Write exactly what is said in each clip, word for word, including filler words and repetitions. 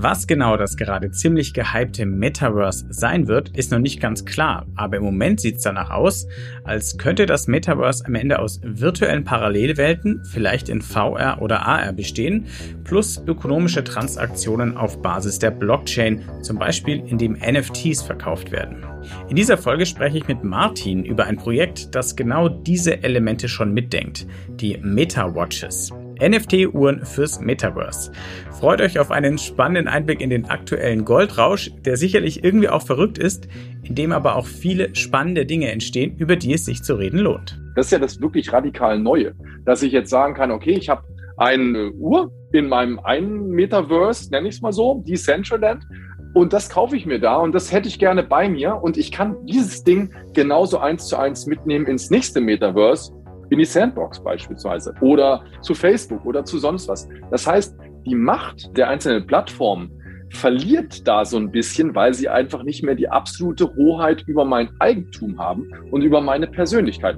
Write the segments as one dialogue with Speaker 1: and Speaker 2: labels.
Speaker 1: Was genau das gerade ziemlich gehypte Metaverse sein wird, ist noch nicht ganz klar, aber im Moment sieht es danach aus, als könnte das Metaverse am Ende aus virtuellen Parallelwelten, vielleicht in V R oder A R bestehen, plus ökonomische Transaktionen auf Basis der Blockchain, zum Beispiel indem N F Ts verkauft werden. In dieser Folge spreche ich mit Martin über ein Projekt, das genau diese Elemente schon mitdenkt, die Meta-Watches. N F T-Uhren fürs Metaverse. Freut euch auf einen spannenden Einblick in den aktuellen Goldrausch, der sicherlich irgendwie auch verrückt ist, in dem aber auch viele spannende Dinge entstehen, über die es sich zu reden lohnt.
Speaker 2: Das ist ja das wirklich radikal Neue, dass ich jetzt sagen kann, okay, ich habe eine Uhr in meinem einen Metaverse, nenne ich es mal so, Decentraland, und das kaufe ich mir da und das hätte ich gerne bei mir und ich kann dieses Ding genauso eins zu eins mitnehmen ins nächste Metaverse, in die Sandbox beispielsweise oder zu Facebook oder zu sonst was. Das heißt, die Macht der einzelnen Plattformen verliert da so ein bisschen, weil sie einfach nicht mehr die absolute Hoheit über mein Eigentum haben und über meine Persönlichkeit.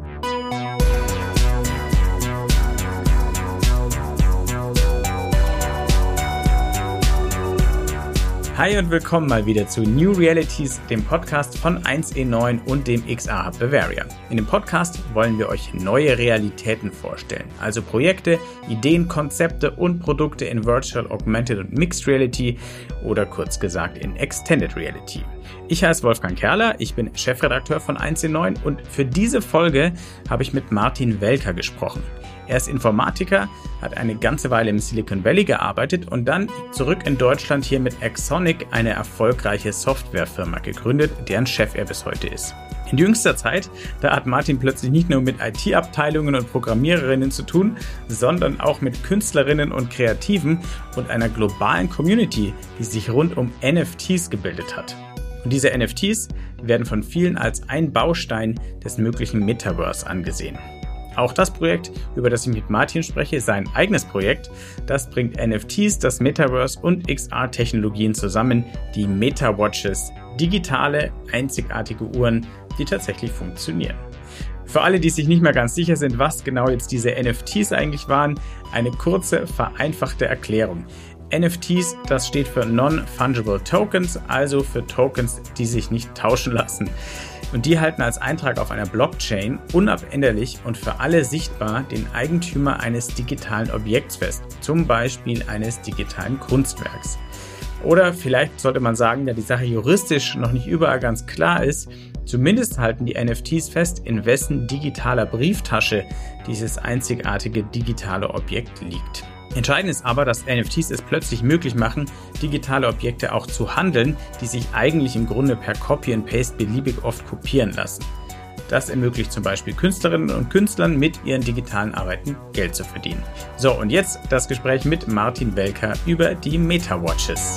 Speaker 1: Hi und willkommen mal wieder zu New Realities, dem Podcast von eins E neun und dem X R Hub Bavaria. In dem Podcast wollen wir euch neue Realitäten vorstellen, also Projekte, Ideen, Konzepte und Produkte in Virtual, Augmented und Mixed Reality oder kurz gesagt in Extended Reality. Ich heiße Wolfgang Kerler, ich bin Chefredakteur von eins E neun und für diese Folge habe ich mit Martin Welker gesprochen. Er ist Informatiker, hat eine ganze Weile im Silicon Valley gearbeitet und dann zurück in Deutschland hier mit Axonic eine erfolgreiche Softwarefirma gegründet, deren Chef er bis heute ist. In jüngster Zeit, da hat Martin plötzlich nicht nur mit I T-Abteilungen und Programmiererinnen zu tun, sondern auch mit Künstlerinnen und Kreativen und einer globalen Community, die sich rund um N F Ts gebildet hat. Und diese N F Ts werden von vielen als ein Baustein des möglichen Metaverse angesehen. Auch das Projekt, über das ich mit Martin spreche, ist ein eigenes Projekt. Das bringt N F Ts, das Metaverse und X R-Technologien zusammen, die Meta-Watches, digitale, einzigartige Uhren, die tatsächlich funktionieren. Für alle, die sich nicht mehr ganz sicher sind, was genau jetzt diese N F Ts eigentlich waren, eine kurze, vereinfachte Erklärung. N F Ts, das steht für Non-Fungible Tokens, also für Tokens, die sich nicht tauschen lassen. Und die halten als Eintrag auf einer Blockchain unabänderlich und für alle sichtbar den Eigentümer eines digitalen Objekts fest, zum Beispiel eines digitalen Kunstwerks. Oder vielleicht sollte man sagen, da die Sache juristisch noch nicht überall ganz klar ist, zumindest halten die N F Ts fest, in wessen digitaler Brieftasche dieses einzigartige digitale Objekt liegt. Entscheidend ist aber, dass N F Ts es plötzlich möglich machen, digitale Objekte auch zu handeln, die sich eigentlich im Grunde per Copy and Paste beliebig oft kopieren lassen. Das ermöglicht zum Beispiel Künstlerinnen und Künstlern mit ihren digitalen Arbeiten Geld zu verdienen. So, und jetzt das Gespräch mit Martin Welker über die Meta-Watches.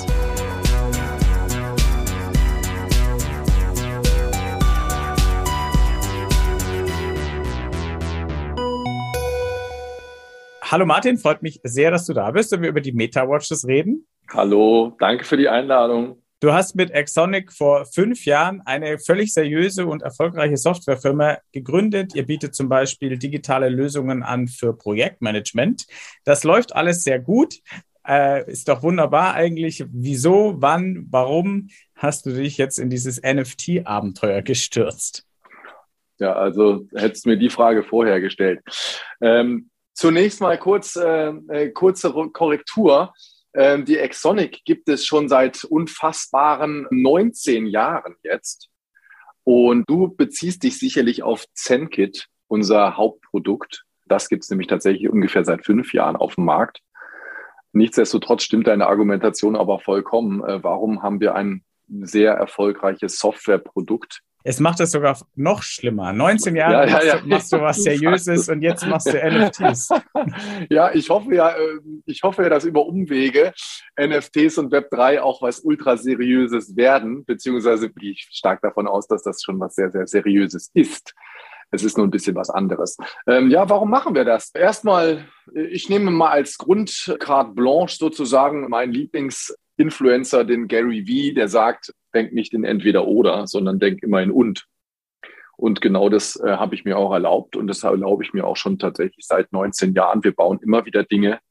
Speaker 1: Hallo Martin, freut mich sehr, dass du da bist und wir über die Meta-Watches reden.
Speaker 2: Hallo, danke für die Einladung.
Speaker 1: Du hast mit Axonic vor fünf Jahren eine völlig seriöse und erfolgreiche Softwarefirma gegründet. Ihr bietet zum Beispiel digitale Lösungen an für Projektmanagement. Das läuft alles sehr gut, äh, ist doch wunderbar eigentlich. Wieso, wann, warum hast du dich jetzt in dieses N F T-Abenteuer gestürzt?
Speaker 2: Ja, also hättest du mir die Frage vorher gestellt. Ähm, Zunächst mal kurz, äh, kurze Korrektur. Ähm, die Axonic gibt es schon seit unfassbaren neunzehn Jahren jetzt. Und du beziehst dich sicherlich auf ZenKit, unser Hauptprodukt. Das gibt es nämlich tatsächlich ungefähr seit fünf Jahren auf dem Markt. Nichtsdestotrotz stimmt deine Argumentation aber vollkommen. Äh, warum haben wir ein sehr erfolgreiches Softwareprodukt?
Speaker 1: Es macht es sogar noch schlimmer. neunzehn Jahre
Speaker 2: ja, ja,
Speaker 1: machst,
Speaker 2: ja.
Speaker 1: Du, machst du was Seriöses und jetzt machst du N F Ts.
Speaker 2: Ja, ich hoffe ja, ich hoffe ja, dass über Umwege N F Ts und Web drei auch was ultra Seriöses werden, beziehungsweise gehe ich stark davon aus, dass das schon was sehr, sehr Seriöses ist. Es ist nur ein bisschen was anderes. Ähm, ja, warum machen wir das? Erstmal, ich nehme mal als Grund carte blanche sozusagen meinen Lieblingsinfluencer, den Gary Vee, der sagt, denk nicht in entweder oder, sondern denk immer in und. Und genau das äh, habe ich mir auch erlaubt und das erlaube ich mir auch schon tatsächlich seit neunzehn Jahren. Wir bauen immer wieder Dinge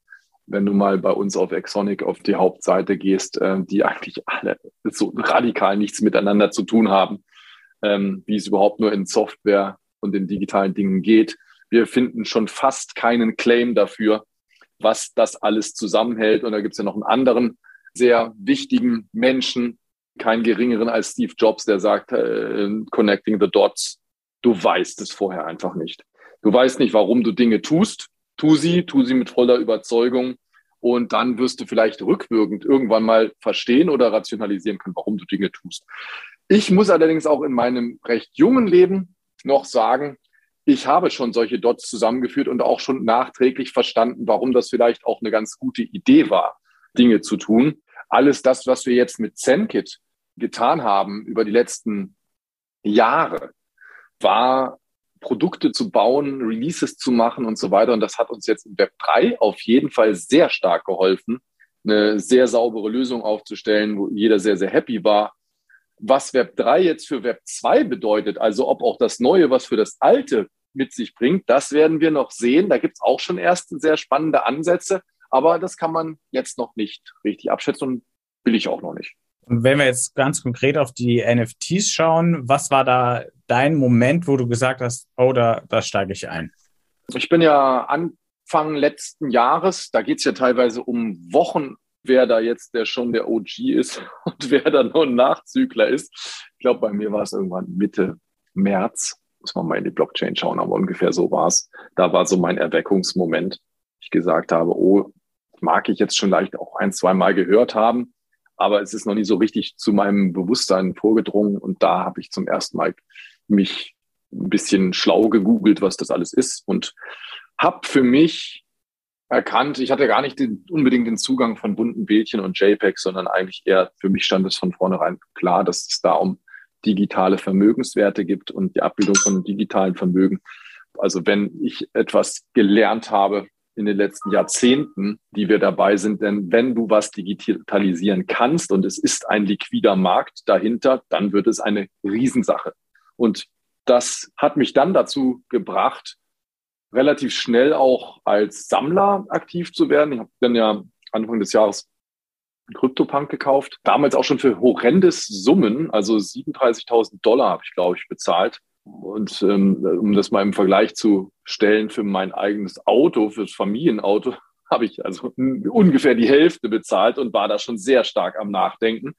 Speaker 2: wenn du mal bei uns auf Exonic auf die Hauptseite gehst, äh, die eigentlich alle so radikal nichts miteinander zu tun haben, ähm, wie es überhaupt nur in Software und in digitalen Dingen geht. Wir finden schon fast keinen Claim dafür, was das alles zusammenhält. Und da gibt es ja noch einen anderen sehr wichtigen Menschen, keinen geringeren als Steve Jobs, der sagt, äh, connecting the dots. Du weißt es vorher einfach nicht. Du weißt nicht, warum du Dinge tust. Tu sie, tu sie mit voller Überzeugung. Und dann wirst du vielleicht rückwirkend irgendwann mal verstehen oder rationalisieren können, warum du Dinge tust. Ich muss allerdings auch in meinem recht jungen Leben noch sagen, ich habe schon solche Dots zusammengeführt und auch schon nachträglich verstanden, warum das vielleicht auch eine ganz gute Idee war, Dinge zu tun. Alles das, was wir jetzt mit ZenKit getan haben über die letzten Jahre, war Produkte zu bauen, Releases zu machen und so weiter. Und das hat uns jetzt im Web drei auf jeden Fall sehr stark geholfen, eine sehr saubere Lösung aufzustellen, wo jeder sehr, sehr happy war. Was Web drei jetzt für Web zwei bedeutet, also ob auch das Neue, was für das Alte mit sich bringt, das werden wir noch sehen. Da gibt es auch schon erste sehr spannende Ansätze, aber das kann man jetzt noch nicht richtig abschätzen und will ich auch noch nicht.
Speaker 1: Und wenn wir jetzt ganz konkret auf die N F Ts schauen, was war da dein Moment, wo du gesagt hast, oh, da, da steige ich ein?
Speaker 2: Ich bin ja Anfang letzten Jahres, da geht es ja teilweise um Wochen, wer da jetzt der schon der O G ist und wer da nur ein Nachzügler ist. Ich glaube, bei mir war es irgendwann Mitte März. Muss man mal in die Blockchain schauen, aber ungefähr so war es. Da war so mein Erweckungsmoment. Ich gesagt habe, oh, mag ich jetzt schon leicht auch ein, zwei Mal gehört haben, aber es ist noch nie so richtig zu meinem Bewusstsein vorgedrungen. Und da habe ich zum ersten Mal mich ein bisschen schlau gegoogelt, was das alles ist und habe für mich erkannt, ich hatte gar nicht den, unbedingt den Zugang von bunten Bildchen und JPEGs, sondern eigentlich eher, für mich stand es von vornherein klar, dass es da um digitale Vermögenswerte gibt und die Abbildung von digitalen Vermögen. Also wenn ich etwas gelernt habe in den letzten Jahrzehnten, die wir dabei sind, denn wenn du was digitalisieren kannst und es ist ein liquider Markt dahinter, dann wird es eine Riesensache. Und das hat mich dann dazu gebracht, relativ schnell auch als Sammler aktiv zu werden. Ich habe dann ja Anfang des Jahres CryptoPunk gekauft. Damals auch schon für horrendes Summen, also siebenunddreißigtausend Dollar habe ich, glaube ich, bezahlt. Und ähm, um das mal im Vergleich zu stellen, für mein eigenes Auto, fürs Familienauto, habe ich also ungefähr die Hälfte bezahlt und war da schon sehr stark am Nachdenken.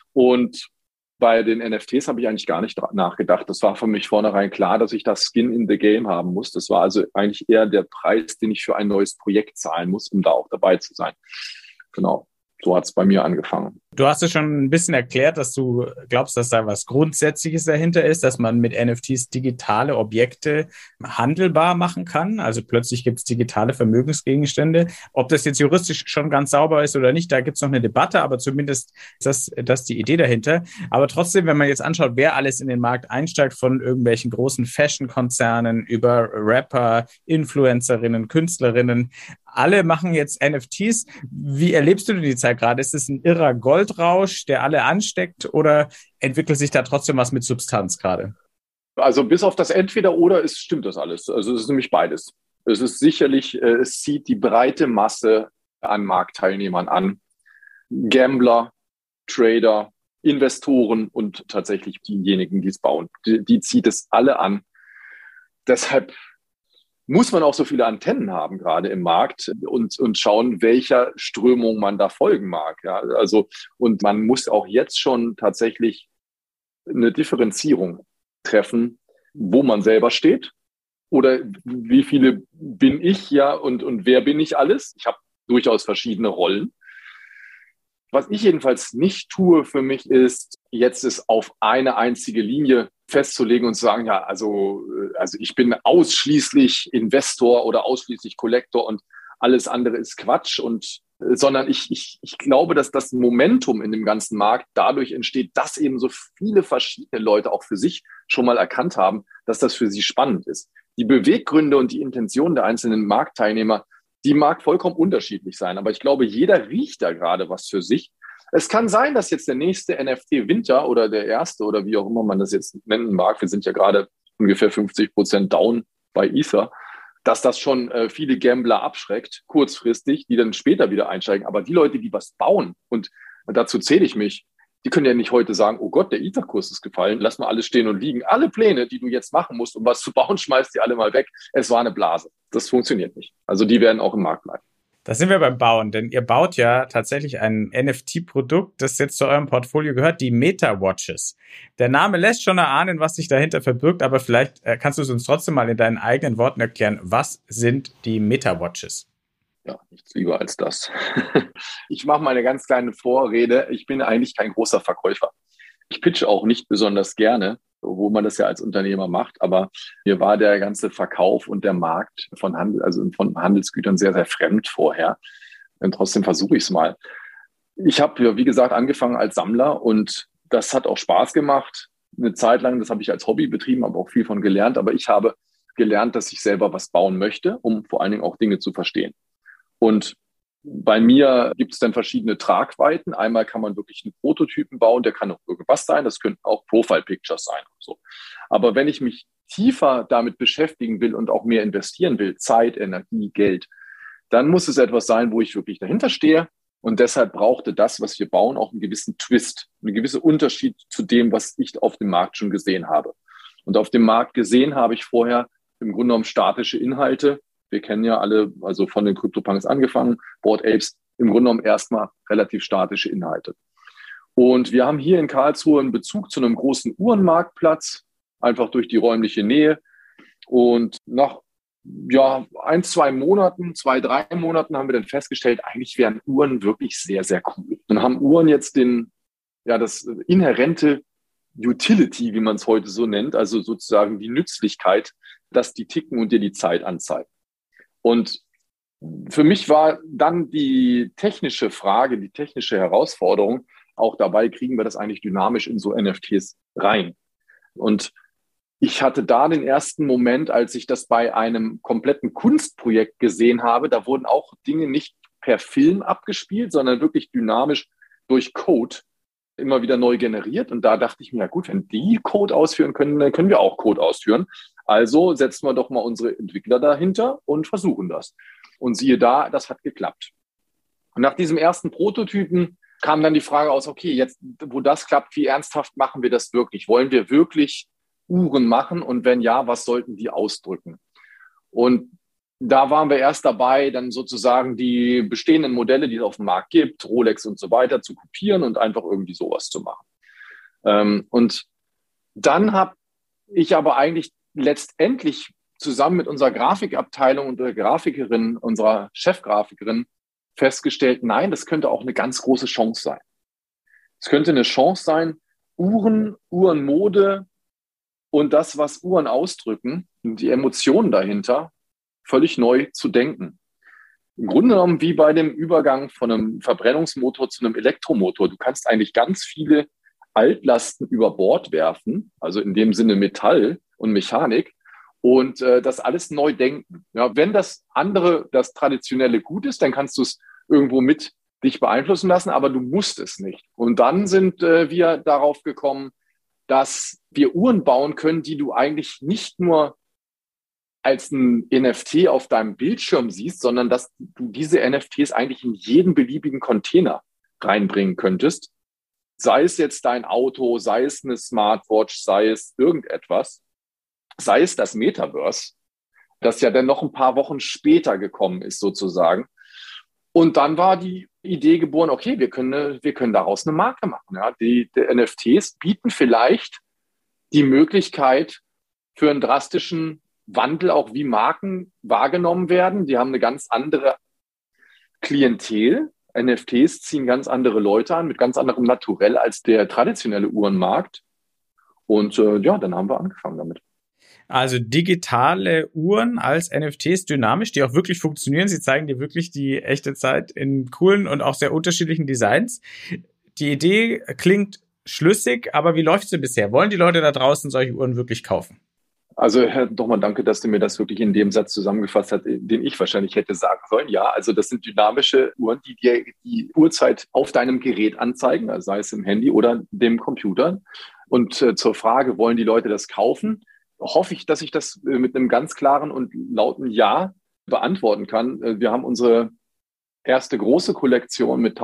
Speaker 2: Und bei den N F Ts habe ich eigentlich gar nicht nachgedacht. Das war für mich vornherein klar, dass ich das Skin in the Game haben muss. Das war also eigentlich eher der Preis, den ich für ein neues Projekt zahlen muss, um da auch dabei zu sein. Genau. So hat es bei mir angefangen.
Speaker 1: Du hast es schon ein bisschen erklärt, dass du glaubst, dass da was Grundsätzliches dahinter ist, dass man mit N F Ts digitale Objekte handelbar machen kann. Also plötzlich gibt es digitale Vermögensgegenstände. Ob das jetzt juristisch schon ganz sauber ist oder nicht, da gibt es noch eine Debatte, aber zumindest ist das, das ist die Idee dahinter. Aber trotzdem, wenn man jetzt anschaut, wer alles in den Markt einsteigt, von irgendwelchen großen Fashion-Konzernen über Rapper, Influencerinnen, Künstlerinnen, alle machen jetzt N F Ts. Wie erlebst du denn die Zeit gerade? Ist es ein irrer Goldrausch, der alle ansteckt, oder entwickelt sich da trotzdem was mit Substanz gerade?
Speaker 2: Also bis auf das Entweder-Oder ist, stimmt das alles. Also es ist nämlich beides. Es ist sicherlich, es zieht die breite Masse an Marktteilnehmern an. Gambler, Trader, Investoren und tatsächlich diejenigen, die es bauen. Die, die zieht es alle an. Deshalb muss man auch so viele Antennen haben, gerade im Markt, und, und schauen, welcher Strömung man da folgen mag. Ja, also, und man muss auch jetzt schon tatsächlich eine Differenzierung treffen, wo man selber steht oder wie viele bin ich, ja, und, und wer bin ich alles? Ich habe durchaus verschiedene Rollen. Was ich jedenfalls nicht tue für mich ist, jetzt es auf eine einzige Linie festzulegen und zu sagen, ja, also, also ich bin ausschließlich Investor oder ausschließlich Kollektor und alles andere ist Quatsch. Und, sondern ich, ich, ich glaube, dass das Momentum in dem ganzen Markt dadurch entsteht, dass eben so viele verschiedene Leute auch für sich schon mal erkannt haben, dass das für sie spannend ist. Die Beweggründe und die Intentionen der einzelnen Marktteilnehmer, die mag vollkommen unterschiedlich sein, aber ich glaube, jeder riecht da gerade was für sich. Es kann sein, dass jetzt der nächste N F T-Winter oder der erste oder wie auch immer man das jetzt nennen mag, wir sind ja gerade ungefähr fünfzig Prozent down bei Ether, dass das schon äh, viele Gambler abschreckt, kurzfristig, die dann später wieder einsteigen. Aber die Leute, die was bauen, und dazu zähle ich mich, die können ja nicht heute sagen, oh Gott, der Ether-Kurs ist gefallen, lass mal alles stehen und liegen. Alle Pläne, die du jetzt machen musst, um was zu bauen, schmeißt die alle mal weg. Es war eine Blase. Das funktioniert nicht. Also die werden auch im Markt bleiben.
Speaker 1: Da sind wir beim Bauen, denn ihr baut ja tatsächlich ein N F T-Produkt, das jetzt zu eurem Portfolio gehört, die Meta-Watches. Der Name lässt schon erahnen, was sich dahinter verbirgt, aber vielleicht kannst du es uns trotzdem mal in deinen eigenen Worten erklären. Was sind die Meta-Watches?
Speaker 2: Ja, nichts lieber als das. Ich mache mal eine ganz kleine Vorrede. Ich bin eigentlich kein großer Verkäufer. Ich pitche auch nicht besonders gerne, wo man das ja als Unternehmer macht. Aber mir war der ganze Verkauf und der Markt von Handel, also von Handelsgütern sehr, sehr fremd vorher. Und trotzdem versuche ich es mal. Ich habe ja, wie gesagt, angefangen als Sammler und das hat auch Spaß gemacht. Eine Zeit lang, das habe ich als Hobby betrieben, habe auch viel von gelernt. Aber ich habe gelernt, dass ich selber was bauen möchte, um vor allen Dingen auch Dinge zu verstehen. Und bei mir gibt es dann verschiedene Tragweiten. Einmal kann man wirklich einen Prototypen bauen, der kann auch irgendwas sein, das könnten auch Profile-Pictures sein und so. Aber wenn ich mich tiefer damit beschäftigen will und auch mehr investieren will, Zeit, Energie, Geld, dann muss es etwas sein, wo ich wirklich dahinter stehe. Und deshalb brauchte das, was wir bauen, auch einen gewissen Twist, einen gewissen Unterschied zu dem, was ich auf dem Markt schon gesehen habe. Und auf dem Markt gesehen habe ich vorher im Grunde genommen statische Inhalte. Wir kennen ja alle, also von den CryptoPunks angefangen, Bored Apes, im Grunde genommen erstmal relativ statische Inhalte. Und wir haben hier in Karlsruhe einen Bezug zu einem großen Uhrenmarktplatz, einfach durch die räumliche Nähe. Und nach ja, ein, zwei Monaten, zwei, drei Monaten haben wir dann festgestellt, eigentlich wären Uhren wirklich sehr, sehr cool. Dann haben Uhren jetzt den, ja, das inhärente Utility, wie man es heute so nennt, also sozusagen die Nützlichkeit, dass die ticken und dir die Zeit anzeigen. Und für mich war dann die technische Frage, die technische Herausforderung auch dabei, kriegen wir das eigentlich dynamisch in so N F Ts rein. Und ich hatte da den ersten Moment, als ich das bei einem kompletten Kunstprojekt gesehen habe, da wurden auch Dinge nicht per Film abgespielt, sondern wirklich dynamisch durch Code immer wieder neu generiert. Und da dachte ich mir, ja gut, wenn die Code ausführen können, dann können wir auch Code ausführen. Also setzen wir doch mal unsere Entwickler dahinter und versuchen das. Und siehe da, das hat geklappt. Und nach diesem ersten Prototypen kam dann die Frage aus, okay, jetzt, wo das klappt, wie ernsthaft machen wir das wirklich? Wollen wir wirklich Uhren machen? Und wenn ja, was sollten die ausdrücken? Und da waren wir erst dabei, dann sozusagen die bestehenden Modelle, die es auf dem Markt gibt, Rolex und so weiter, zu kopieren und einfach irgendwie sowas zu machen. Und dann habe ich aber eigentlich letztendlich zusammen mit unserer Grafikabteilung und der Grafikerin, unserer Chefgrafikerin, festgestellt, nein, das könnte auch eine ganz große Chance sein. Es könnte eine Chance sein, Uhren, Uhrenmode und das, was Uhren ausdrücken, und die Emotionen dahinter, völlig neu zu denken. Im Grunde genommen wie bei dem Übergang von einem Verbrennungsmotor zu einem Elektromotor. Du kannst eigentlich ganz viele Altlasten über Bord werfen, also in dem Sinne Metall und Mechanik, und äh, das alles neu denken. Ja, wenn das andere, das Traditionelle gut ist, dann kannst du es irgendwo mit dich beeinflussen lassen, aber du musst es nicht. Und dann sind äh, wir darauf gekommen, dass wir Uhren bauen können, die du eigentlich nicht nur als ein N F T auf deinem Bildschirm siehst, sondern dass du diese N F Ts eigentlich in jeden beliebigen Container reinbringen könntest. Sei es jetzt dein Auto, sei es eine Smartwatch, sei es irgendetwas, sei es das Metaverse, das ja dann noch ein paar Wochen später gekommen ist sozusagen. Und dann war die Idee geboren, okay, wir können, wir können daraus eine Marke machen. Ja. Die, die N F Ts bieten vielleicht die Möglichkeit für einen drastischen Wandel, auch wie Marken wahrgenommen werden. Die haben eine ganz andere Klientel. N F Ts ziehen ganz andere Leute an, mit ganz anderem Naturell als der traditionelle Uhrenmarkt. Und äh, ja, dann haben wir angefangen damit.
Speaker 1: Also digitale Uhren als N F Ts dynamisch, die auch wirklich funktionieren. Sie zeigen dir wirklich die echte Zeit in coolen und auch sehr unterschiedlichen Designs. Die Idee klingt schlüssig, aber wie läuft es denn bisher? Wollen die Leute da draußen solche Uhren wirklich kaufen?
Speaker 2: Also Herr, doch mal danke, dass du mir das wirklich in dem Satz zusammengefasst hast, den ich wahrscheinlich hätte sagen sollen. Ja, also das sind dynamische Uhren, die dir die Uhrzeit auf deinem Gerät anzeigen, also sei es im Handy oder dem Computer. Und äh, zur Frage, wollen die Leute das kaufen? hoffe ich, dass ich das mit einem ganz klaren und lauten Ja beantworten kann. Wir haben unsere erste große Kollektion mit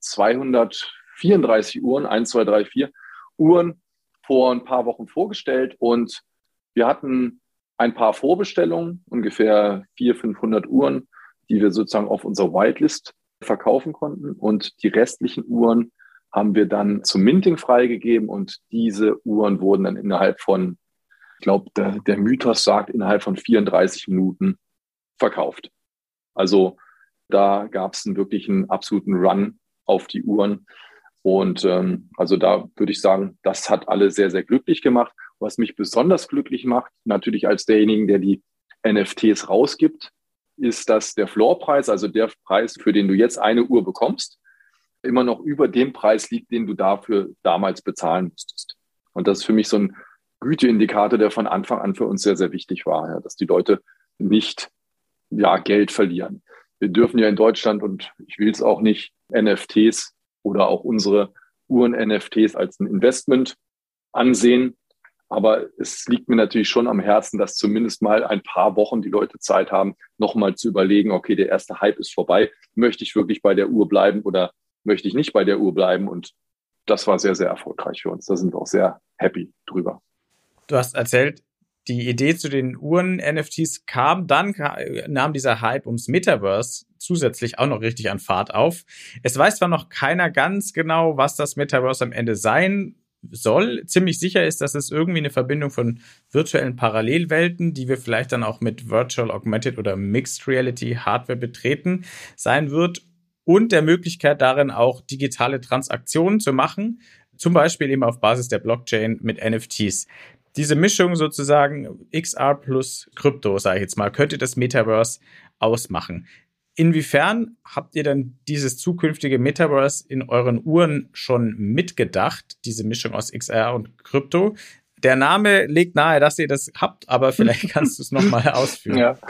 Speaker 2: eintausendzweihundertvierunddreißig Uhren, eins, zwei, drei, vier Uhren vor ein paar Wochen vorgestellt und wir hatten ein paar Vorbestellungen, ungefähr vierhundert, fünfhundert Uhren, die wir sozusagen auf unserer Whitelist verkaufen konnten und die restlichen Uhren haben wir dann zum Minting freigegeben und diese Uhren wurden dann innerhalb von, ich glaube, der, der Mythos sagt, innerhalb von vierunddreißig Minuten verkauft. Also da gab es einen wirklichen absoluten Run auf die Uhren. Und ähm, also da würde ich sagen, das hat alle sehr, sehr glücklich gemacht. Was mich besonders glücklich macht, natürlich als derjenigen, der die N F Ts rausgibt, ist, dass der Floorpreis, also der Preis, für den du jetzt eine Uhr bekommst, immer noch über dem Preis liegt, den du dafür damals bezahlen müsstest. Und das ist für mich so ein Güteindikator, der von Anfang an für uns sehr, sehr wichtig war, ja, dass die Leute nicht ja, Geld verlieren. Wir dürfen ja in Deutschland, und ich will es auch nicht, N F Ts oder auch unsere Uhren-N F Ts als ein Investment ansehen. Aber es liegt mir natürlich schon am Herzen, dass zumindest mal ein paar Wochen die Leute Zeit haben, nochmal zu überlegen, okay, der erste Hype ist vorbei. Möchte ich wirklich bei der Uhr bleiben oder möchte ich nicht bei der Uhr bleiben? Und das war sehr, sehr erfolgreich für uns. Da sind wir auch sehr happy drüber.
Speaker 1: Du hast erzählt, die Idee zu den Uhren-N F Ts kam, dann nahm dieser Hype ums Metaverse zusätzlich auch noch richtig an Fahrt auf. Es weiß zwar noch keiner ganz genau, was das Metaverse am Ende sein soll. Ziemlich sicher ist, dass es irgendwie eine Verbindung von virtuellen Parallelwelten, die wir vielleicht dann auch mit Virtual, Augmented oder Mixed Reality Hardware betreten, sein wird und der Möglichkeit darin auch digitale Transaktionen zu machen, zum Beispiel eben auf Basis der Blockchain mit N F Ts. Diese Mischung sozusagen X R plus Krypto, sage ich jetzt mal, könnte das Metaverse ausmachen. Inwiefern habt ihr denn dieses zukünftige Metaverse in euren Uhren schon mitgedacht, diese Mischung aus X R und Krypto? Der Name legt nahe, dass ihr das habt, aber vielleicht kannst du es nochmal ausführen.
Speaker 2: Ja.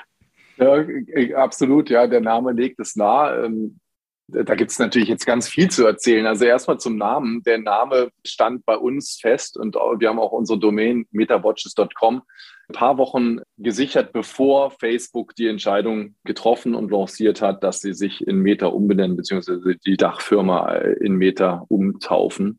Speaker 2: Ja, absolut, ja, der Name legt es nahe. Da gibt es natürlich jetzt ganz viel zu erzählen. Also erstmal zum Namen. Der Name stand bei uns fest und wir haben auch unsere Domain metawatches Punkt com ein paar Wochen gesichert, bevor Facebook die Entscheidung getroffen und lanciert hat, dass sie sich in Meta umbenennen, beziehungsweise die Dachfirma in Meta umtaufen.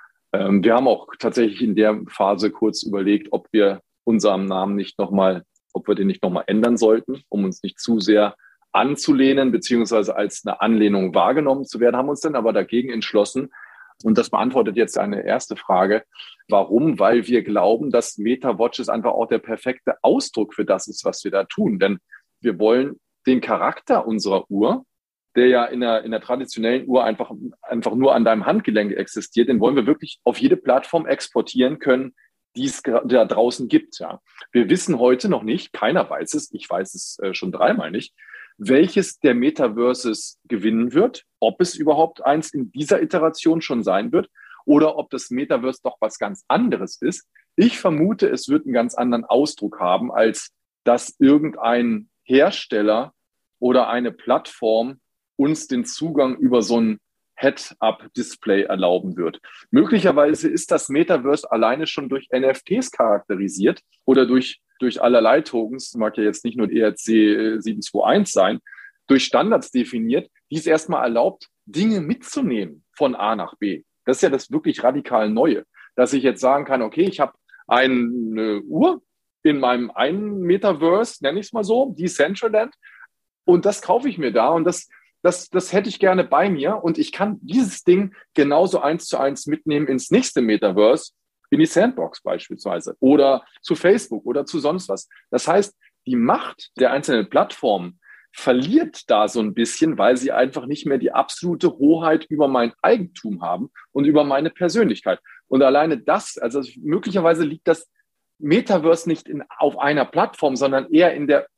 Speaker 2: Wir haben auch tatsächlich in der Phase kurz überlegt, ob wir unseren Namen nicht nochmal, ob wir den nicht nochmal ändern sollten, um uns nicht zu sehr anzulehnen, beziehungsweise als eine Anlehnung wahrgenommen zu werden, haben uns dann aber dagegen entschlossen. Und das beantwortet jetzt eine erste Frage. Warum? Weil wir glauben, dass MetaWatches einfach auch der perfekte Ausdruck für das ist, was wir da tun. Denn wir wollen den Charakter unserer Uhr, der ja in der, in der traditionellen Uhr einfach, einfach nur an deinem Handgelenk existiert, den wollen wir wirklich auf jede Plattform exportieren können, die es da draußen gibt. Ja. Wir wissen heute noch nicht, keiner weiß es, ich weiß es äh, schon dreimal nicht, welches der Metaverses gewinnen wird, ob es überhaupt eins in dieser Iteration schon sein wird oder ob das Metaverse doch was ganz anderes ist. Ich vermute, es wird einen ganz anderen Ausdruck haben, als dass irgendein Hersteller oder eine Plattform uns den Zugang über so ein Head-Up-Display erlauben wird. Möglicherweise ist das Metaverse alleine schon durch N F Ts charakterisiert oder durch durch allerlei Tokens, mag ja jetzt nicht nur E R C sieben zwei eins sein, durch Standards definiert, die es erstmal erlaubt, Dinge mitzunehmen von A nach B. Das ist ja das wirklich radikal Neue, dass ich jetzt sagen kann, okay, ich habe eine Uhr in meinem einen Metaverse, nenne ich es mal so, Decentraland, und das kaufe ich mir da und das, das, das hätte ich gerne bei mir und ich kann dieses Ding genauso eins zu eins mitnehmen ins nächste Metaverse, in die Sandbox beispielsweise oder zu Facebook oder zu sonst was. Das heißt, die Macht der einzelnen Plattformen verliert da so ein bisschen, weil sie einfach nicht mehr die absolute Hoheit über mein Eigentum haben und über meine Persönlichkeit. Und alleine das, also möglicherweise liegt das Metaverse nicht in, auf einer Plattform, sondern eher in der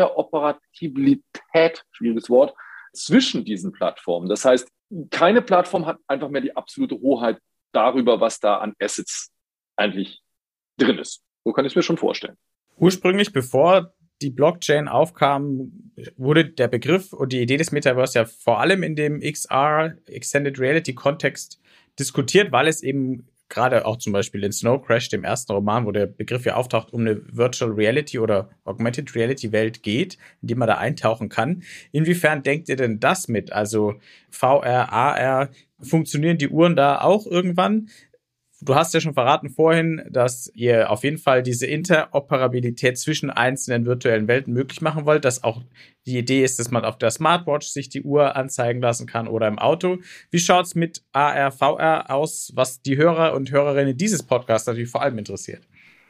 Speaker 2: Interoperabilität, schwieriges Wort, zwischen diesen Plattformen. Das heißt, keine Plattform hat einfach mehr die absolute Hoheit darüber, was da an Assets eigentlich drin ist. So kann ich es mir schon vorstellen.
Speaker 1: Ursprünglich, bevor die Blockchain aufkam, wurde der Begriff und die Idee des Metaverse ja vor allem in dem X R, Extended Reality Kontext diskutiert, weil es eben gerade auch zum Beispiel in Snow Crash, dem ersten Roman, wo der Begriff ja auftaucht, um eine Virtual Reality oder Augmented Reality Welt geht, in die man da eintauchen kann. Inwiefern denkt ihr denn das mit? Also V R, A R, funktionieren die Uhren da auch irgendwann? Du hast ja schon verraten vorhin, dass ihr auf jeden Fall diese Interoperabilität zwischen einzelnen virtuellen Welten möglich machen wollt, dass auch die Idee ist, dass man auf der Smartwatch sich die Uhr anzeigen lassen kann oder im Auto. Wie schaut's mit A R, V R aus, was die Hörer und Hörerinnen dieses Podcasts natürlich vor allem interessiert?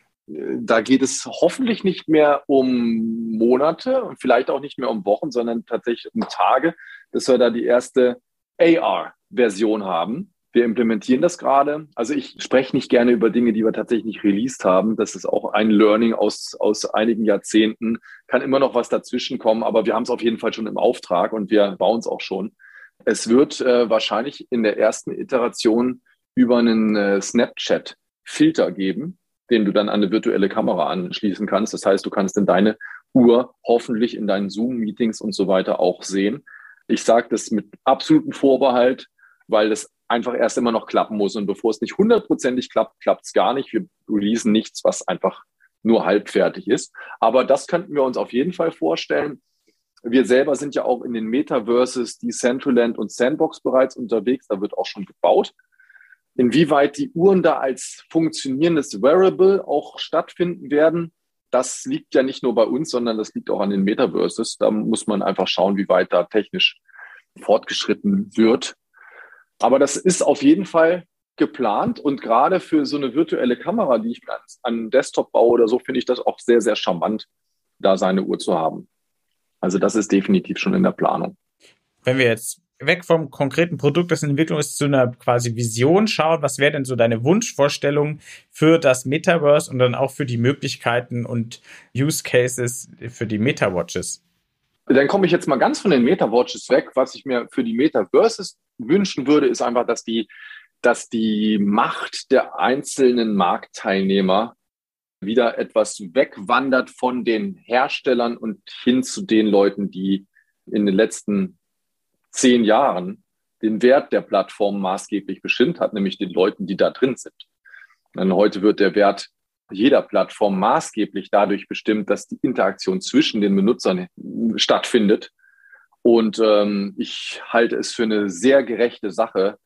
Speaker 2: Da geht es hoffentlich nicht mehr um Monate und vielleicht auch nicht mehr um Wochen, sondern tatsächlich um Tage, dass wir da die erste A R-Version haben. Wir implementieren das gerade. Also ich spreche nicht gerne über Dinge, die wir tatsächlich nicht released haben. Das ist auch ein Learning aus, aus einigen Jahrzehnten. Kann immer noch was dazwischen kommen, aber wir haben es auf jeden Fall schon im Auftrag und wir bauen es auch schon. Es wird äh, wahrscheinlich in der ersten Iteration über einen äh, Snapchat-Filter geben, den du dann an eine virtuelle Kamera anschließen kannst. Das heißt, du kannst in deine Uhr hoffentlich in deinen Zoom-Meetings und so weiter auch sehen. Ich sage das mit absolutem Vorbehalt, weil das einfach erst immer noch klappen muss. Und bevor es nicht hundertprozentig klappt, klappt es gar nicht. Wir releasen nichts, was einfach nur halbfertig ist. Aber das könnten wir uns auf jeden Fall vorstellen. Wir selber sind ja auch in den Metaverses, Decentraland und Sandbox bereits unterwegs. Da wird auch schon gebaut. Inwieweit die Uhren da als funktionierendes Wearable auch stattfinden werden, das liegt ja nicht nur bei uns, sondern das liegt auch an den Metaverses. Da muss man einfach schauen, wie weit da technisch fortgeschritten wird. Aber das ist auf jeden Fall geplant und gerade für so eine virtuelle Kamera, die ich an einen Desktop baue oder so, finde ich das auch sehr, sehr charmant, da seine Uhr zu haben. Also das ist definitiv schon in der Planung.
Speaker 1: Wenn wir jetzt weg vom konkreten Produkt, das in Entwicklung ist, zu einer quasi Vision schauen, was wäre denn so deine Wunschvorstellung für das Metaverse und dann auch für die Möglichkeiten und Use Cases für die Meta-Watches?
Speaker 2: Dann komme ich jetzt mal ganz von den Meta-Watches weg. Was ich mir für die Metaverses wünschen würde, ist einfach, dass die, dass die Macht der einzelnen Marktteilnehmer wieder etwas wegwandert von den Herstellern und hin zu den Leuten, die in den letzten zehn Jahren den Wert der Plattform maßgeblich bestimmt hat, nämlich den Leuten, die da drin sind. Und heute wird der Wert jeder Plattform maßgeblich dadurch bestimmt, dass die Interaktion zwischen den Benutzern stattfindet. Und ähm, ich halte es für eine sehr gerechte Sache,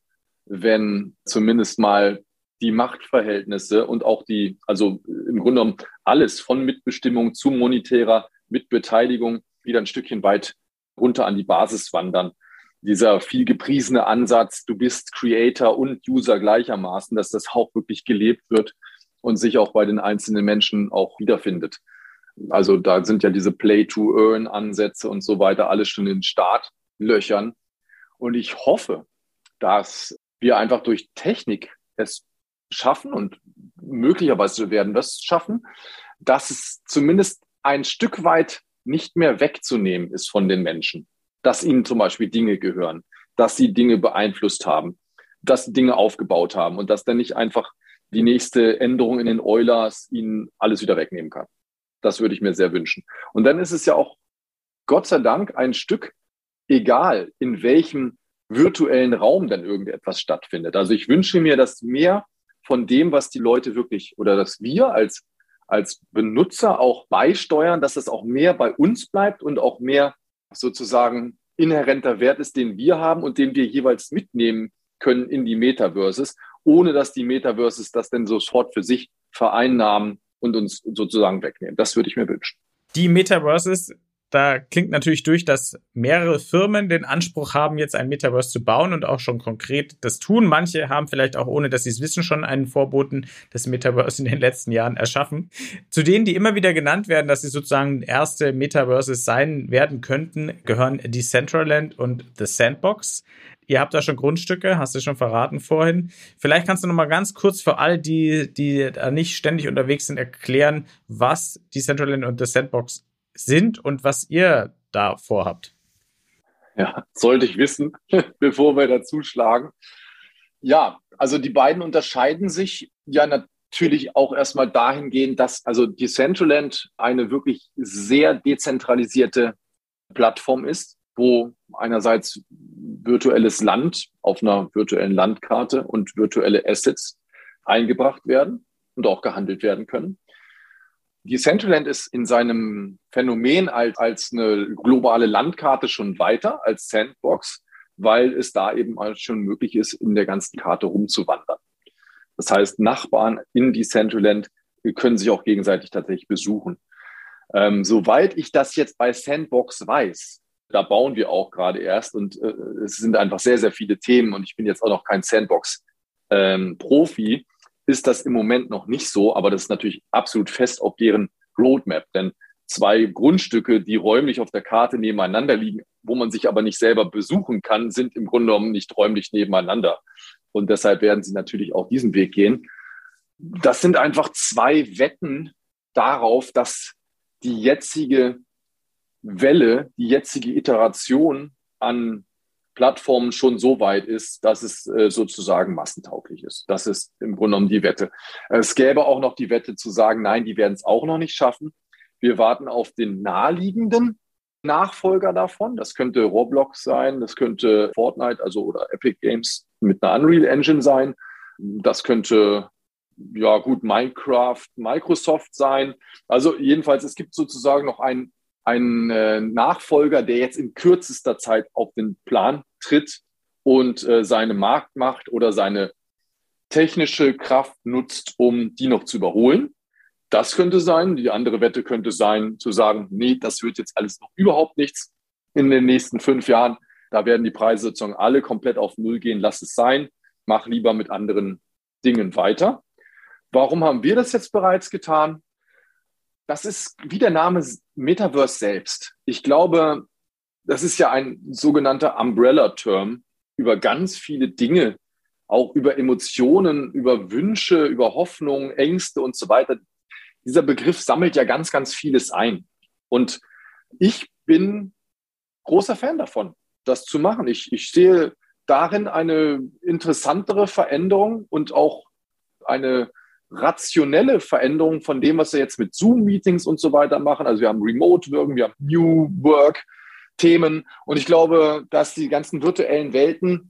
Speaker 2: wenn zumindest mal die Machtverhältnisse und auch die, also im Grunde genommen alles von Mitbestimmung zu monetärer Mitbeteiligung wieder ein Stückchen weit runter an die Basis wandern. Dieser viel gepriesene Ansatz, du bist Creator und User gleichermaßen, dass das auch wirklich gelebt wird und sich auch bei den einzelnen Menschen auch wiederfindet. Also da sind ja diese Play-to-Earn-Ansätze und so weiter alles schon in den Startlöchern. Und ich hoffe, dass wir einfach durch Technik es schaffen und möglicherweise werden wir es schaffen, dass es zumindest ein Stück weit nicht mehr wegzunehmen ist von den Menschen. Dass ihnen zum Beispiel Dinge gehören, dass sie Dinge beeinflusst haben, dass sie Dinge aufgebaut haben und dass dann nicht einfach die nächste Änderung in den Eulers ihnen alles wieder wegnehmen kann. Das würde ich mir sehr wünschen. Und dann ist es ja auch Gott sei Dank ein Stück egal, in welchem virtuellen Raum denn irgendetwas stattfindet. Also ich wünsche mir, dass mehr von dem, was die Leute wirklich oder dass wir als, als Benutzer auch beisteuern, dass es auch mehr bei uns bleibt und auch mehr sozusagen inhärenter Wert ist, den wir haben und den wir jeweils mitnehmen können in die Metaverses, ohne dass die Metaverses das dann sofort für sich vereinnahmen und uns sozusagen wegnehmen. Das würde ich mir wünschen.
Speaker 1: Die Metaverses, da klingt natürlich durch, dass mehrere Firmen den Anspruch haben, jetzt ein Metaverse zu bauen und auch schon konkret das tun. Manche haben vielleicht auch, ohne dass sie es wissen, schon einen Vorboten des Metaverse in den letzten Jahren erschaffen. Zu denen, die immer wieder genannt werden, dass sie sozusagen erste Metaverses sein werden könnten, gehören Decentraland und The Sandbox. Ihr habt da schon Grundstücke, hast du schon verraten vorhin. Vielleicht kannst du noch mal ganz kurz für all die, die da nicht ständig unterwegs sind, erklären, was Decentraland und The Sandbox sind und was ihr da vorhabt.
Speaker 2: Ja, sollte ich wissen, bevor wir dazu schlagen. Ja, also die beiden unterscheiden sich ja natürlich auch erstmal dahingehend, dass also Decentraland eine wirklich sehr dezentralisierte Plattform ist, wo einerseits virtuelles Land auf einer virtuellen Landkarte und virtuelle Assets eingebracht werden und auch gehandelt werden können. Decentraland ist in seinem Phänomen als, als eine globale Landkarte schon weiter als Sandbox, weil es da eben schon möglich ist, in der ganzen Karte rumzuwandern. Das heißt, Nachbarn in Decentraland können sich auch gegenseitig tatsächlich besuchen. Ähm, soweit ich das jetzt bei Sandbox weiß, da bauen wir auch gerade erst und äh, es sind einfach sehr, sehr viele Themen und ich bin jetzt auch noch kein Sandbox-Profi, ähm, ist das im Moment noch nicht so, aber das ist natürlich absolut fest auf deren Roadmap, denn zwei Grundstücke, die räumlich auf der Karte nebeneinander liegen, wo man sich aber nicht selber besuchen kann, sind im Grunde genommen nicht räumlich nebeneinander. Und deshalb werden sie natürlich auch diesen Weg gehen. Das sind einfach zwei Wetten darauf, dass die jetzige Welle, die jetzige Iteration an Plattformen schon so weit ist, dass es äh, sozusagen massentauglich ist. Das ist im Grunde genommen die Wette. Es gäbe auch noch die Wette zu sagen, nein, die werden es auch noch nicht schaffen. Wir warten auf den naheliegenden Nachfolger davon. Das könnte Roblox sein, das könnte Fortnite, also oder Epic Games mit einer Unreal Engine sein. Das könnte, ja gut, Minecraft, Microsoft sein. Also jedenfalls, es gibt sozusagen noch einen Ein äh, Nachfolger, der jetzt in kürzester Zeit auf den Plan tritt und äh, seine Marktmacht oder seine technische Kraft nutzt, um die noch zu überholen. Das könnte sein. Die andere Wette könnte sein, zu sagen, nee, das wird jetzt alles noch überhaupt nichts in den nächsten fünf Jahren. Da werden die Preise sozusagen alle komplett auf Null gehen. Lass es sein. Mach lieber mit anderen Dingen weiter. Warum haben wir das jetzt bereits getan? Das ist wie der Name Metaverse selbst. Ich glaube, das ist ja ein sogenannter Umbrella-Term über ganz viele Dinge, auch über Emotionen, über Wünsche, über Hoffnungen, Ängste und so weiter. Dieser Begriff sammelt ja ganz, ganz vieles ein. Und ich bin großer Fan davon, das zu machen. Ich, ich sehe darin eine interessantere Veränderung und auch eine rationelle Veränderung von dem, was wir jetzt mit Zoom-Meetings und so weiter machen. Also wir haben Remote-Work, wir haben New Work-Themen und ich glaube, dass die ganzen virtuellen Welten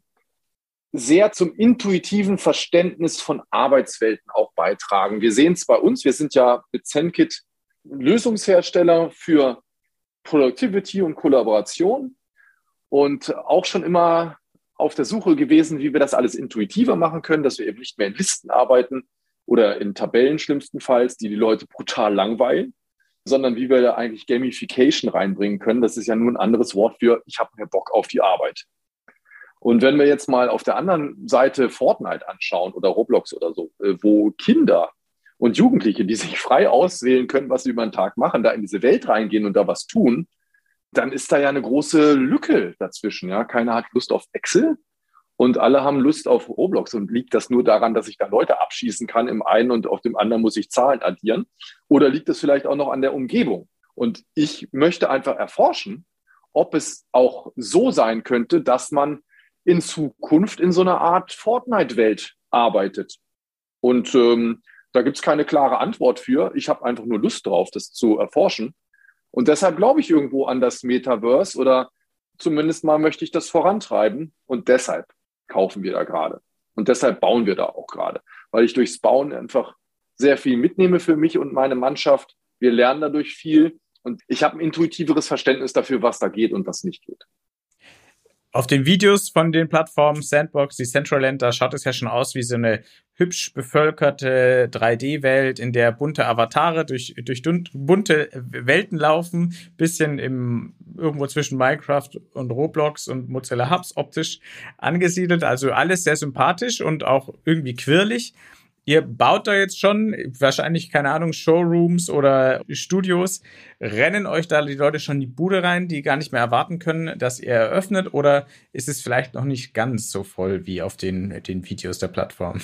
Speaker 2: sehr zum intuitiven Verständnis von Arbeitswelten auch beitragen. Wir sehen es bei uns, wir sind ja mit ZenKit Lösungshersteller für Productivity und Kollaboration und auch schon immer auf der Suche gewesen, wie wir das alles intuitiver machen können, dass wir eben nicht mehr in Listen arbeiten, oder in Tabellen schlimmstenfalls, die die Leute brutal langweilen, sondern wie wir da eigentlich Gamification reinbringen können. Das ist ja nur ein anderes Wort für, ich habe mehr Bock auf die Arbeit. Und wenn wir jetzt mal auf der anderen Seite Fortnite anschauen oder Roblox oder so, wo Kinder und Jugendliche, die sich frei auswählen können, was sie über den Tag machen, da in diese Welt reingehen und da was tun, dann ist da ja eine große Lücke dazwischen. Ja? Keiner hat Lust auf Excel. Und alle haben Lust auf Roblox und liegt das nur daran, dass ich da Leute abschießen kann im einen und auf dem anderen muss ich Zahlen addieren? Oder liegt es vielleicht auch noch an der Umgebung? Und ich möchte einfach erforschen, ob es auch so sein könnte, dass man in Zukunft in so einer Art Fortnite-Welt arbeitet. Und ähm, da gibt es keine klare Antwort für. Ich habe einfach nur Lust drauf, das zu erforschen. Und deshalb glaube ich irgendwo an das Metaverse oder zumindest mal möchte ich das vorantreiben und deshalb kaufen wir da gerade. Und deshalb bauen wir da auch gerade, weil ich durchs Bauen einfach sehr viel mitnehme für mich und meine Mannschaft. Wir lernen dadurch viel und ich habe ein intuitiveres Verständnis dafür, was da geht und was nicht geht.
Speaker 1: Auf den Videos von den Plattformen Sandbox, Decentraland, da schaut es ja schon aus wie so eine hübsch bevölkerte drei D-Welt, in der bunte Avatare durch, durch bunte Welten laufen, bisschen im irgendwo zwischen Minecraft und Roblox und Mozilla Hubs optisch angesiedelt. Also alles sehr sympathisch und auch irgendwie quirlig. Ihr baut da jetzt schon wahrscheinlich, keine Ahnung, Showrooms oder Studios. Rennen euch da die Leute schon die Bude rein, die gar nicht mehr erwarten können, dass ihr eröffnet? Oder ist es vielleicht noch nicht ganz so voll wie auf den, den Videos der Plattform?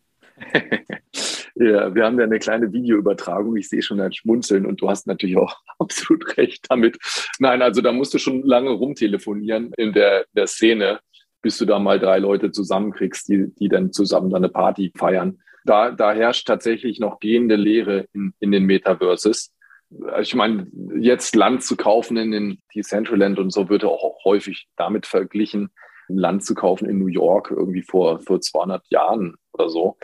Speaker 2: Ja, wir haben ja eine kleine Videoübertragung. Ich sehe schon ein Schmunzeln und du hast natürlich auch absolut recht damit. Nein, also da musst du schon lange rumtelefonieren in der, der Szene, bis du da mal drei Leute zusammenkriegst, die, die dann zusammen dann eine Party feiern. Da, da herrscht tatsächlich noch gehende Leere in, in den Metaverses. Ich meine, jetzt Land zu kaufen in den Decentraland und so wird auch häufig damit verglichen, Land zu kaufen in New York irgendwie vor, vor zweihundert Jahren oder so.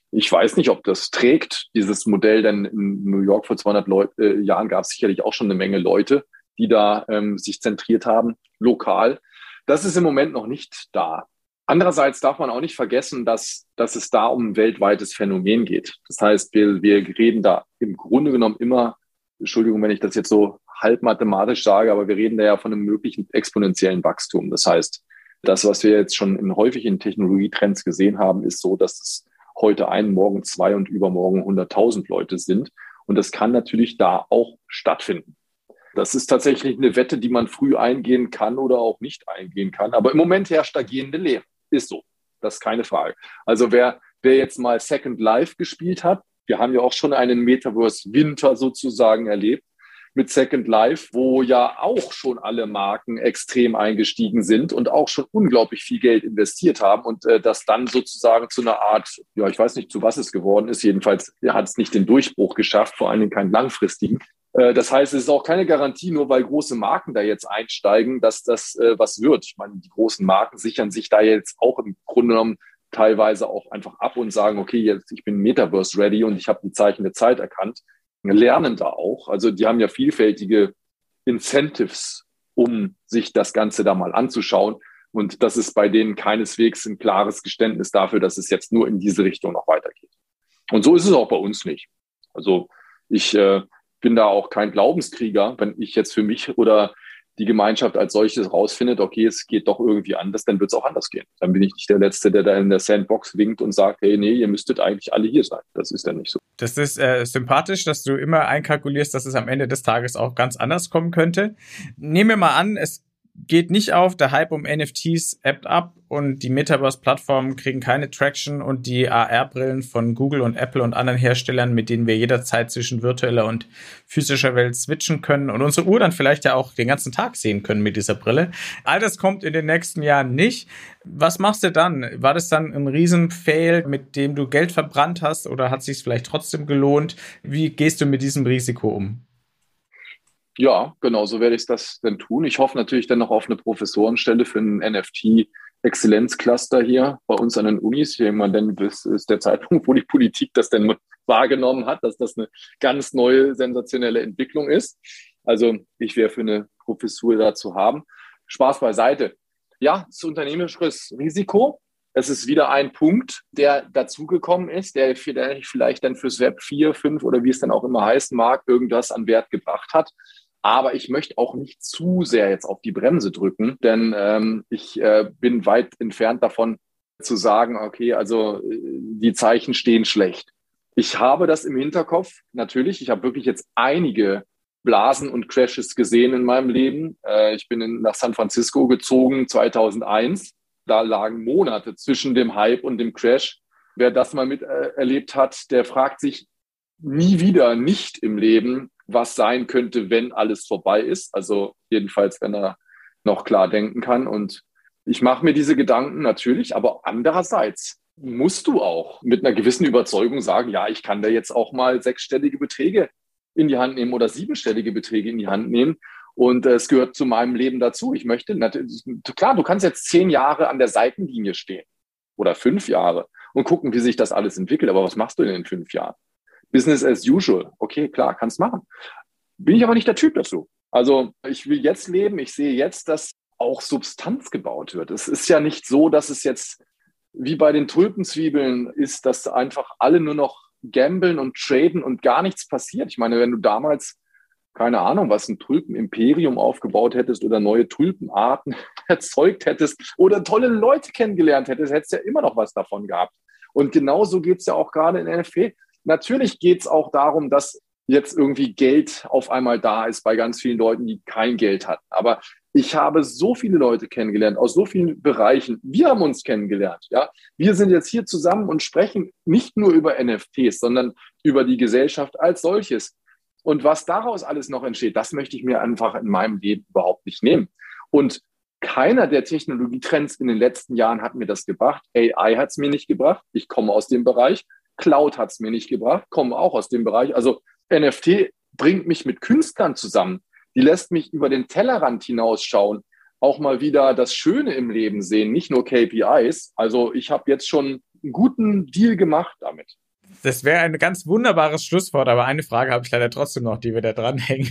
Speaker 2: Ich weiß nicht, ob das trägt, dieses Modell, denn in New York vor zweihundert Leut- äh, Jahren gab es sicherlich auch schon eine Menge Leute, die da ähm, sich zentriert haben, lokal. Das ist im Moment noch nicht da. Andererseits darf man auch nicht vergessen, dass, dass es da um ein weltweites Phänomen geht. Das heißt, wir, wir reden da im Grunde genommen immer, Entschuldigung, wenn ich das jetzt so halb mathematisch sage, aber wir reden da ja von einem möglichen exponentiellen Wachstum. Das heißt, das, was wir jetzt schon in häufig in Technologietrends gesehen haben, ist so, dass es heute ein, morgen zwei und übermorgen hunderttausend Leute sind. Und das kann natürlich da auch stattfinden. Das ist tatsächlich eine Wette, die man früh eingehen kann oder auch nicht eingehen kann. Aber im Moment herrscht da gehende Lehre. Ist so. Das ist keine Frage. Also wer, wer jetzt mal Second Life gespielt hat, wir haben ja auch schon einen Metaverse-Winter sozusagen erlebt mit Second Life, wo ja auch schon alle Marken extrem eingestiegen sind und auch schon unglaublich viel Geld investiert haben und äh, das dann sozusagen zu einer Art, ja, ich weiß nicht, zu was es geworden ist. Jedenfalls hat es nicht den Durchbruch geschafft, vor allen Dingen keinen langfristigen. Äh, das heißt, es ist auch keine Garantie, nur weil große Marken da jetzt einsteigen, dass das äh, was wird. Ich meine, die großen Marken sichern sich da jetzt auch im Grunde genommen teilweise auch einfach ab und sagen, okay, jetzt ich bin Metaverse ready und ich habe die Zeichen der Zeit erkannt. Lernen da auch. Also die haben ja vielfältige Incentives, um sich das Ganze da mal anzuschauen. Und das ist bei denen keineswegs ein klares Geständnis dafür, dass es jetzt nur in diese Richtung noch weitergeht. Und so ist es auch bei uns nicht. Also ich äh, bin da auch kein Glaubenskrieger, wenn ich jetzt für mich oder die Gemeinschaft als solches rausfindet, okay, es geht doch irgendwie anders, dann wird es auch anders gehen. Dann bin ich nicht der Letzte, der da in der Sandbox winkt und sagt, hey, nee, ihr müsstet eigentlich alle hier sein. Das ist dann nicht so.
Speaker 1: Das ist äh, sympathisch, dass du immer einkalkulierst, dass es am Ende des Tages auch ganz anders kommen könnte. Nehmen wir mal an, es geht nicht auf, der Hype um N F Ts ebbt ab und die Metaverse-Plattformen kriegen keine Traction und die A R-Brillen von Google und Apple und anderen Herstellern, mit denen wir jederzeit zwischen virtueller und physischer Welt switchen können und unsere Uhr dann vielleicht ja auch den ganzen Tag sehen können mit dieser Brille. All das kommt in den nächsten Jahren nicht. Was machst du dann? War das dann ein Riesen-Fail, mit dem du Geld verbrannt hast oder hat es sich vielleicht trotzdem gelohnt? Wie gehst du mit diesem Risiko um?
Speaker 2: Ja, genau, so werde ich das dann tun. Ich hoffe natürlich dann noch auf eine Professorenstelle für einen N F T-Exzellenzcluster hier bei uns an den Unis. Irgendwann denn das ist der Zeitpunkt, wo die Politik das denn wahrgenommen hat, dass das eine ganz neue, sensationelle Entwicklung ist. Also ich wäre für eine Professur da zu haben. Spaß beiseite. Ja, das unternehmerisches Risiko. Es ist wieder ein Punkt, der dazugekommen ist, der vielleicht dann fürs Web vier, fünf oder wie es dann auch immer heißen mag, irgendwas an Wert gebracht hat. Aber ich möchte auch nicht zu sehr jetzt auf die Bremse drücken, denn ähm, ich äh, bin weit entfernt davon zu sagen, okay, also die Zeichen stehen schlecht. Ich habe das im Hinterkopf, natürlich. Ich habe wirklich jetzt einige Blasen und Crashes gesehen in meinem Leben. Äh, ich bin in, nach San Francisco gezogen zweitausendeins. Da lagen Monate zwischen dem Hype und dem Crash. Wer das mal miterlebt hat, der fragt sich nie wieder nicht im Leben, was sein könnte, wenn alles vorbei ist. Also jedenfalls, wenn er noch klar denken kann. Und ich mache mir diese Gedanken natürlich, aber andererseits musst du auch mit einer gewissen Überzeugung sagen, ja, ich kann da jetzt auch mal sechsstellige Beträge in die Hand nehmen oder siebenstellige Beträge in die Hand nehmen. Und äh, es gehört zu meinem Leben dazu. Ich möchte, natürlich, klar, du kannst jetzt zehn Jahre an der Seitenlinie stehen oder fünf Jahre und gucken, wie sich das alles entwickelt. Aber was machst du denn in fünf Jahren? Business as usual. Okay, klar, kannst machen. Bin ich aber nicht der Typ dazu. Also ich will jetzt leben. Ich sehe jetzt, dass auch Substanz gebaut wird. Es ist ja nicht so, dass es jetzt wie bei den Tulpenzwiebeln ist, dass einfach alle nur noch gambeln und traden und gar nichts passiert. Ich meine, wenn du damals, keine Ahnung, was ein Tulpenimperium aufgebaut hättest oder neue Tulpenarten erzeugt hättest oder tolle Leute kennengelernt hättest, hättest du ja immer noch was davon gehabt. Und genauso geht es ja auch gerade in N F T. Natürlich geht es auch darum, dass jetzt irgendwie Geld auf einmal da ist bei ganz vielen Leuten, die kein Geld hatten. Aber ich habe so viele Leute kennengelernt aus so vielen Bereichen. Wir haben uns kennengelernt. Ja, wir sind jetzt hier zusammen und sprechen nicht nur über N F Ts, sondern über die Gesellschaft als solches. Und was daraus alles noch entsteht, das möchte ich mir einfach in meinem Leben überhaupt nicht nehmen. Und keiner der Technologietrends in den letzten Jahren hat mir das gebracht. A I hat es mir nicht gebracht. Ich komme aus dem Bereich. Cloud hat es mir nicht gebracht. Komme auch aus dem Bereich. Also N F T bringt mich mit Künstlern zusammen. Die lässt mich über den Tellerrand hinausschauen, auch mal wieder das Schöne im Leben sehen, nicht nur K P Is. Also ich habe jetzt schon einen guten Deal gemacht damit.
Speaker 1: Das wäre ein ganz wunderbares Schlusswort, aber eine Frage habe ich leider trotzdem noch, die wir da dranhängen.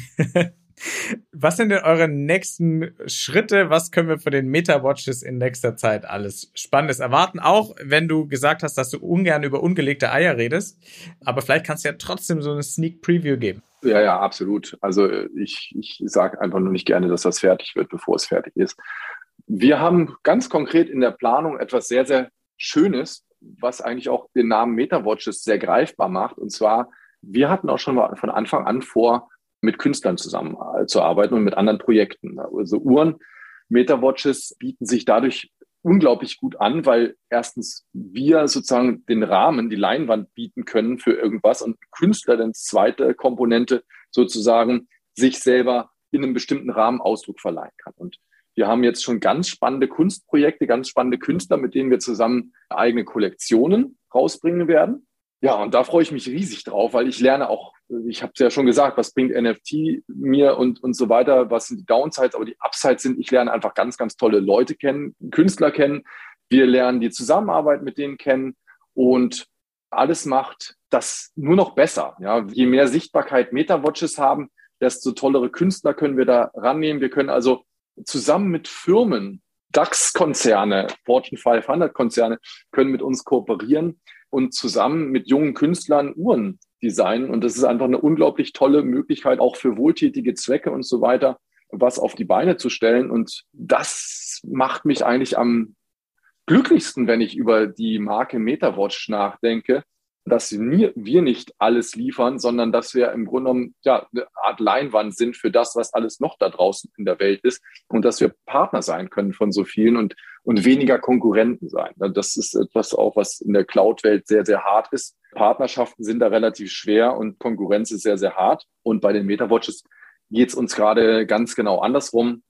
Speaker 1: Was sind denn eure nächsten Schritte? Was können wir von den Meta-Watches in nächster Zeit alles Spannendes erwarten? Auch wenn du gesagt hast, dass du ungern über ungelegte Eier redest. Aber vielleicht kannst du ja trotzdem so eine Sneak Preview geben.
Speaker 2: Ja, ja, absolut. Also ich, ich sage einfach nur nicht gerne, dass das fertig wird, bevor es fertig ist. Wir haben ganz konkret in der Planung etwas sehr, sehr Schönes, was eigentlich auch den Namen Meta-Watches sehr greifbar macht. Und zwar, wir hatten auch schon von Anfang an vor, mit Künstlern zusammenzuarbeiten und mit anderen Projekten. Also Uhren, Meta-Watches bieten sich dadurch unglaublich gut an, weil erstens wir sozusagen den Rahmen, die Leinwand bieten können für irgendwas und Künstler dann zweite Komponente sozusagen sich selber in einem bestimmten Rahmen Ausdruck verleihen kann. Und wir haben jetzt schon ganz spannende Kunstprojekte, ganz spannende Künstler, mit denen wir zusammen eigene Kollektionen rausbringen werden. Ja, und da freue ich mich riesig drauf, weil ich lerne auch, ich habe es ja schon gesagt, was bringt N F T mir und und so weiter, was sind die Downsides, aber die Upsides sind, ich lerne einfach ganz, ganz tolle Leute kennen, Künstler kennen, wir lernen die Zusammenarbeit mit denen kennen und alles macht das nur noch besser. Ja, je mehr Sichtbarkeit Meta-Watches haben, desto tollere Künstler können wir da rannehmen. Wir können also zusammen mit Firmen, DAX-Konzerne, Fortune fünfhundert Konzerne können mit uns kooperieren und zusammen mit jungen Künstlern Uhren designen. Und das ist einfach eine unglaublich tolle Möglichkeit, auch für wohltätige Zwecke und so weiter, was auf die Beine zu stellen. Und das macht mich eigentlich am glücklichsten, wenn ich über die Marke MetaWatch nachdenke, dass wir, wir nicht alles liefern, sondern dass wir im Grunde genommen ja, eine Art Leinwand sind für das, was alles noch da draußen in der Welt ist und dass wir Partner sein können von so vielen und, und weniger Konkurrenten sein. Das ist etwas auch, was in der Cloud-Welt sehr, sehr hart ist. Partnerschaften sind da relativ schwer und Konkurrenz ist sehr, sehr hart. Und bei den MetaWatches geht es uns gerade ganz genau andersrum.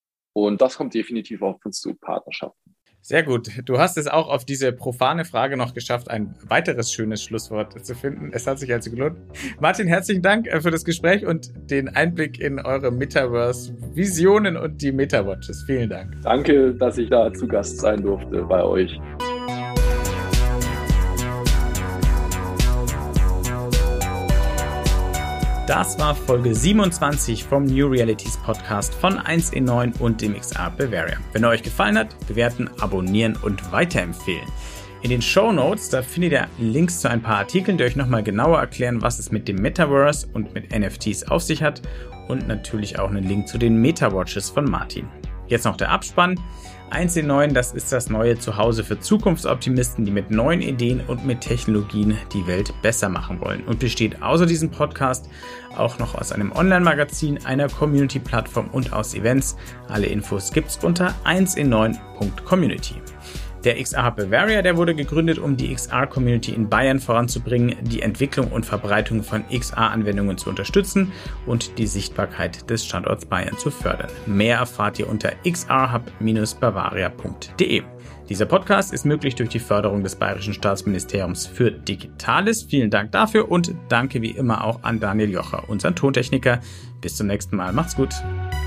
Speaker 2: Und das kommt definitiv auf uns zu, Partnerschaften.
Speaker 1: Sehr gut. Du hast es auch auf diese profane Frage noch geschafft, ein weiteres schönes Schlusswort zu finden. Es hat sich also gelohnt. Martin, herzlichen Dank für das Gespräch und den Einblick in eure Metaverse-Visionen und die MetaWatches. Vielen Dank.
Speaker 2: Danke, dass ich da zu Gast sein durfte bei euch.
Speaker 1: Das war Folge siebenundzwanzig vom New Realities Podcast von eins E neun und dem X R Bavaria. Wenn er euch gefallen hat, bewerten, abonnieren und weiterempfehlen. In den Shownotes, da findet ihr Links zu ein paar Artikeln, die euch nochmal genauer erklären, was es mit dem Metaverse und mit N F Ts auf sich hat und natürlich auch einen Link zu den Meta-Watches von Martin. Jetzt noch der Abspann. eins E neun, das ist das neue Zuhause für Zukunftsoptimisten, die mit neuen Ideen und mit Technologien die Welt besser machen wollen und besteht außer diesem Podcast auch noch aus einem Online-Magazin, einer Community-Plattform und aus Events. Alle Infos gibt's unter eins e neun punkt community. Der X R Bavaria, der wurde gegründet, um die X R-Community in Bayern voranzubringen, die Entwicklung und Verbreitung von X R-Anwendungen zu unterstützen und die Sichtbarkeit des Standorts Bayern zu fördern. Mehr erfahrt ihr unter x r hub dash bavaria punkt de. Dieser Podcast ist möglich durch die Förderung des Bayerischen Staatsministeriums für Digitales. Vielen Dank dafür und danke wie immer auch an Daniel Jocher, unseren Tontechniker. Bis zum nächsten Mal. Macht's gut.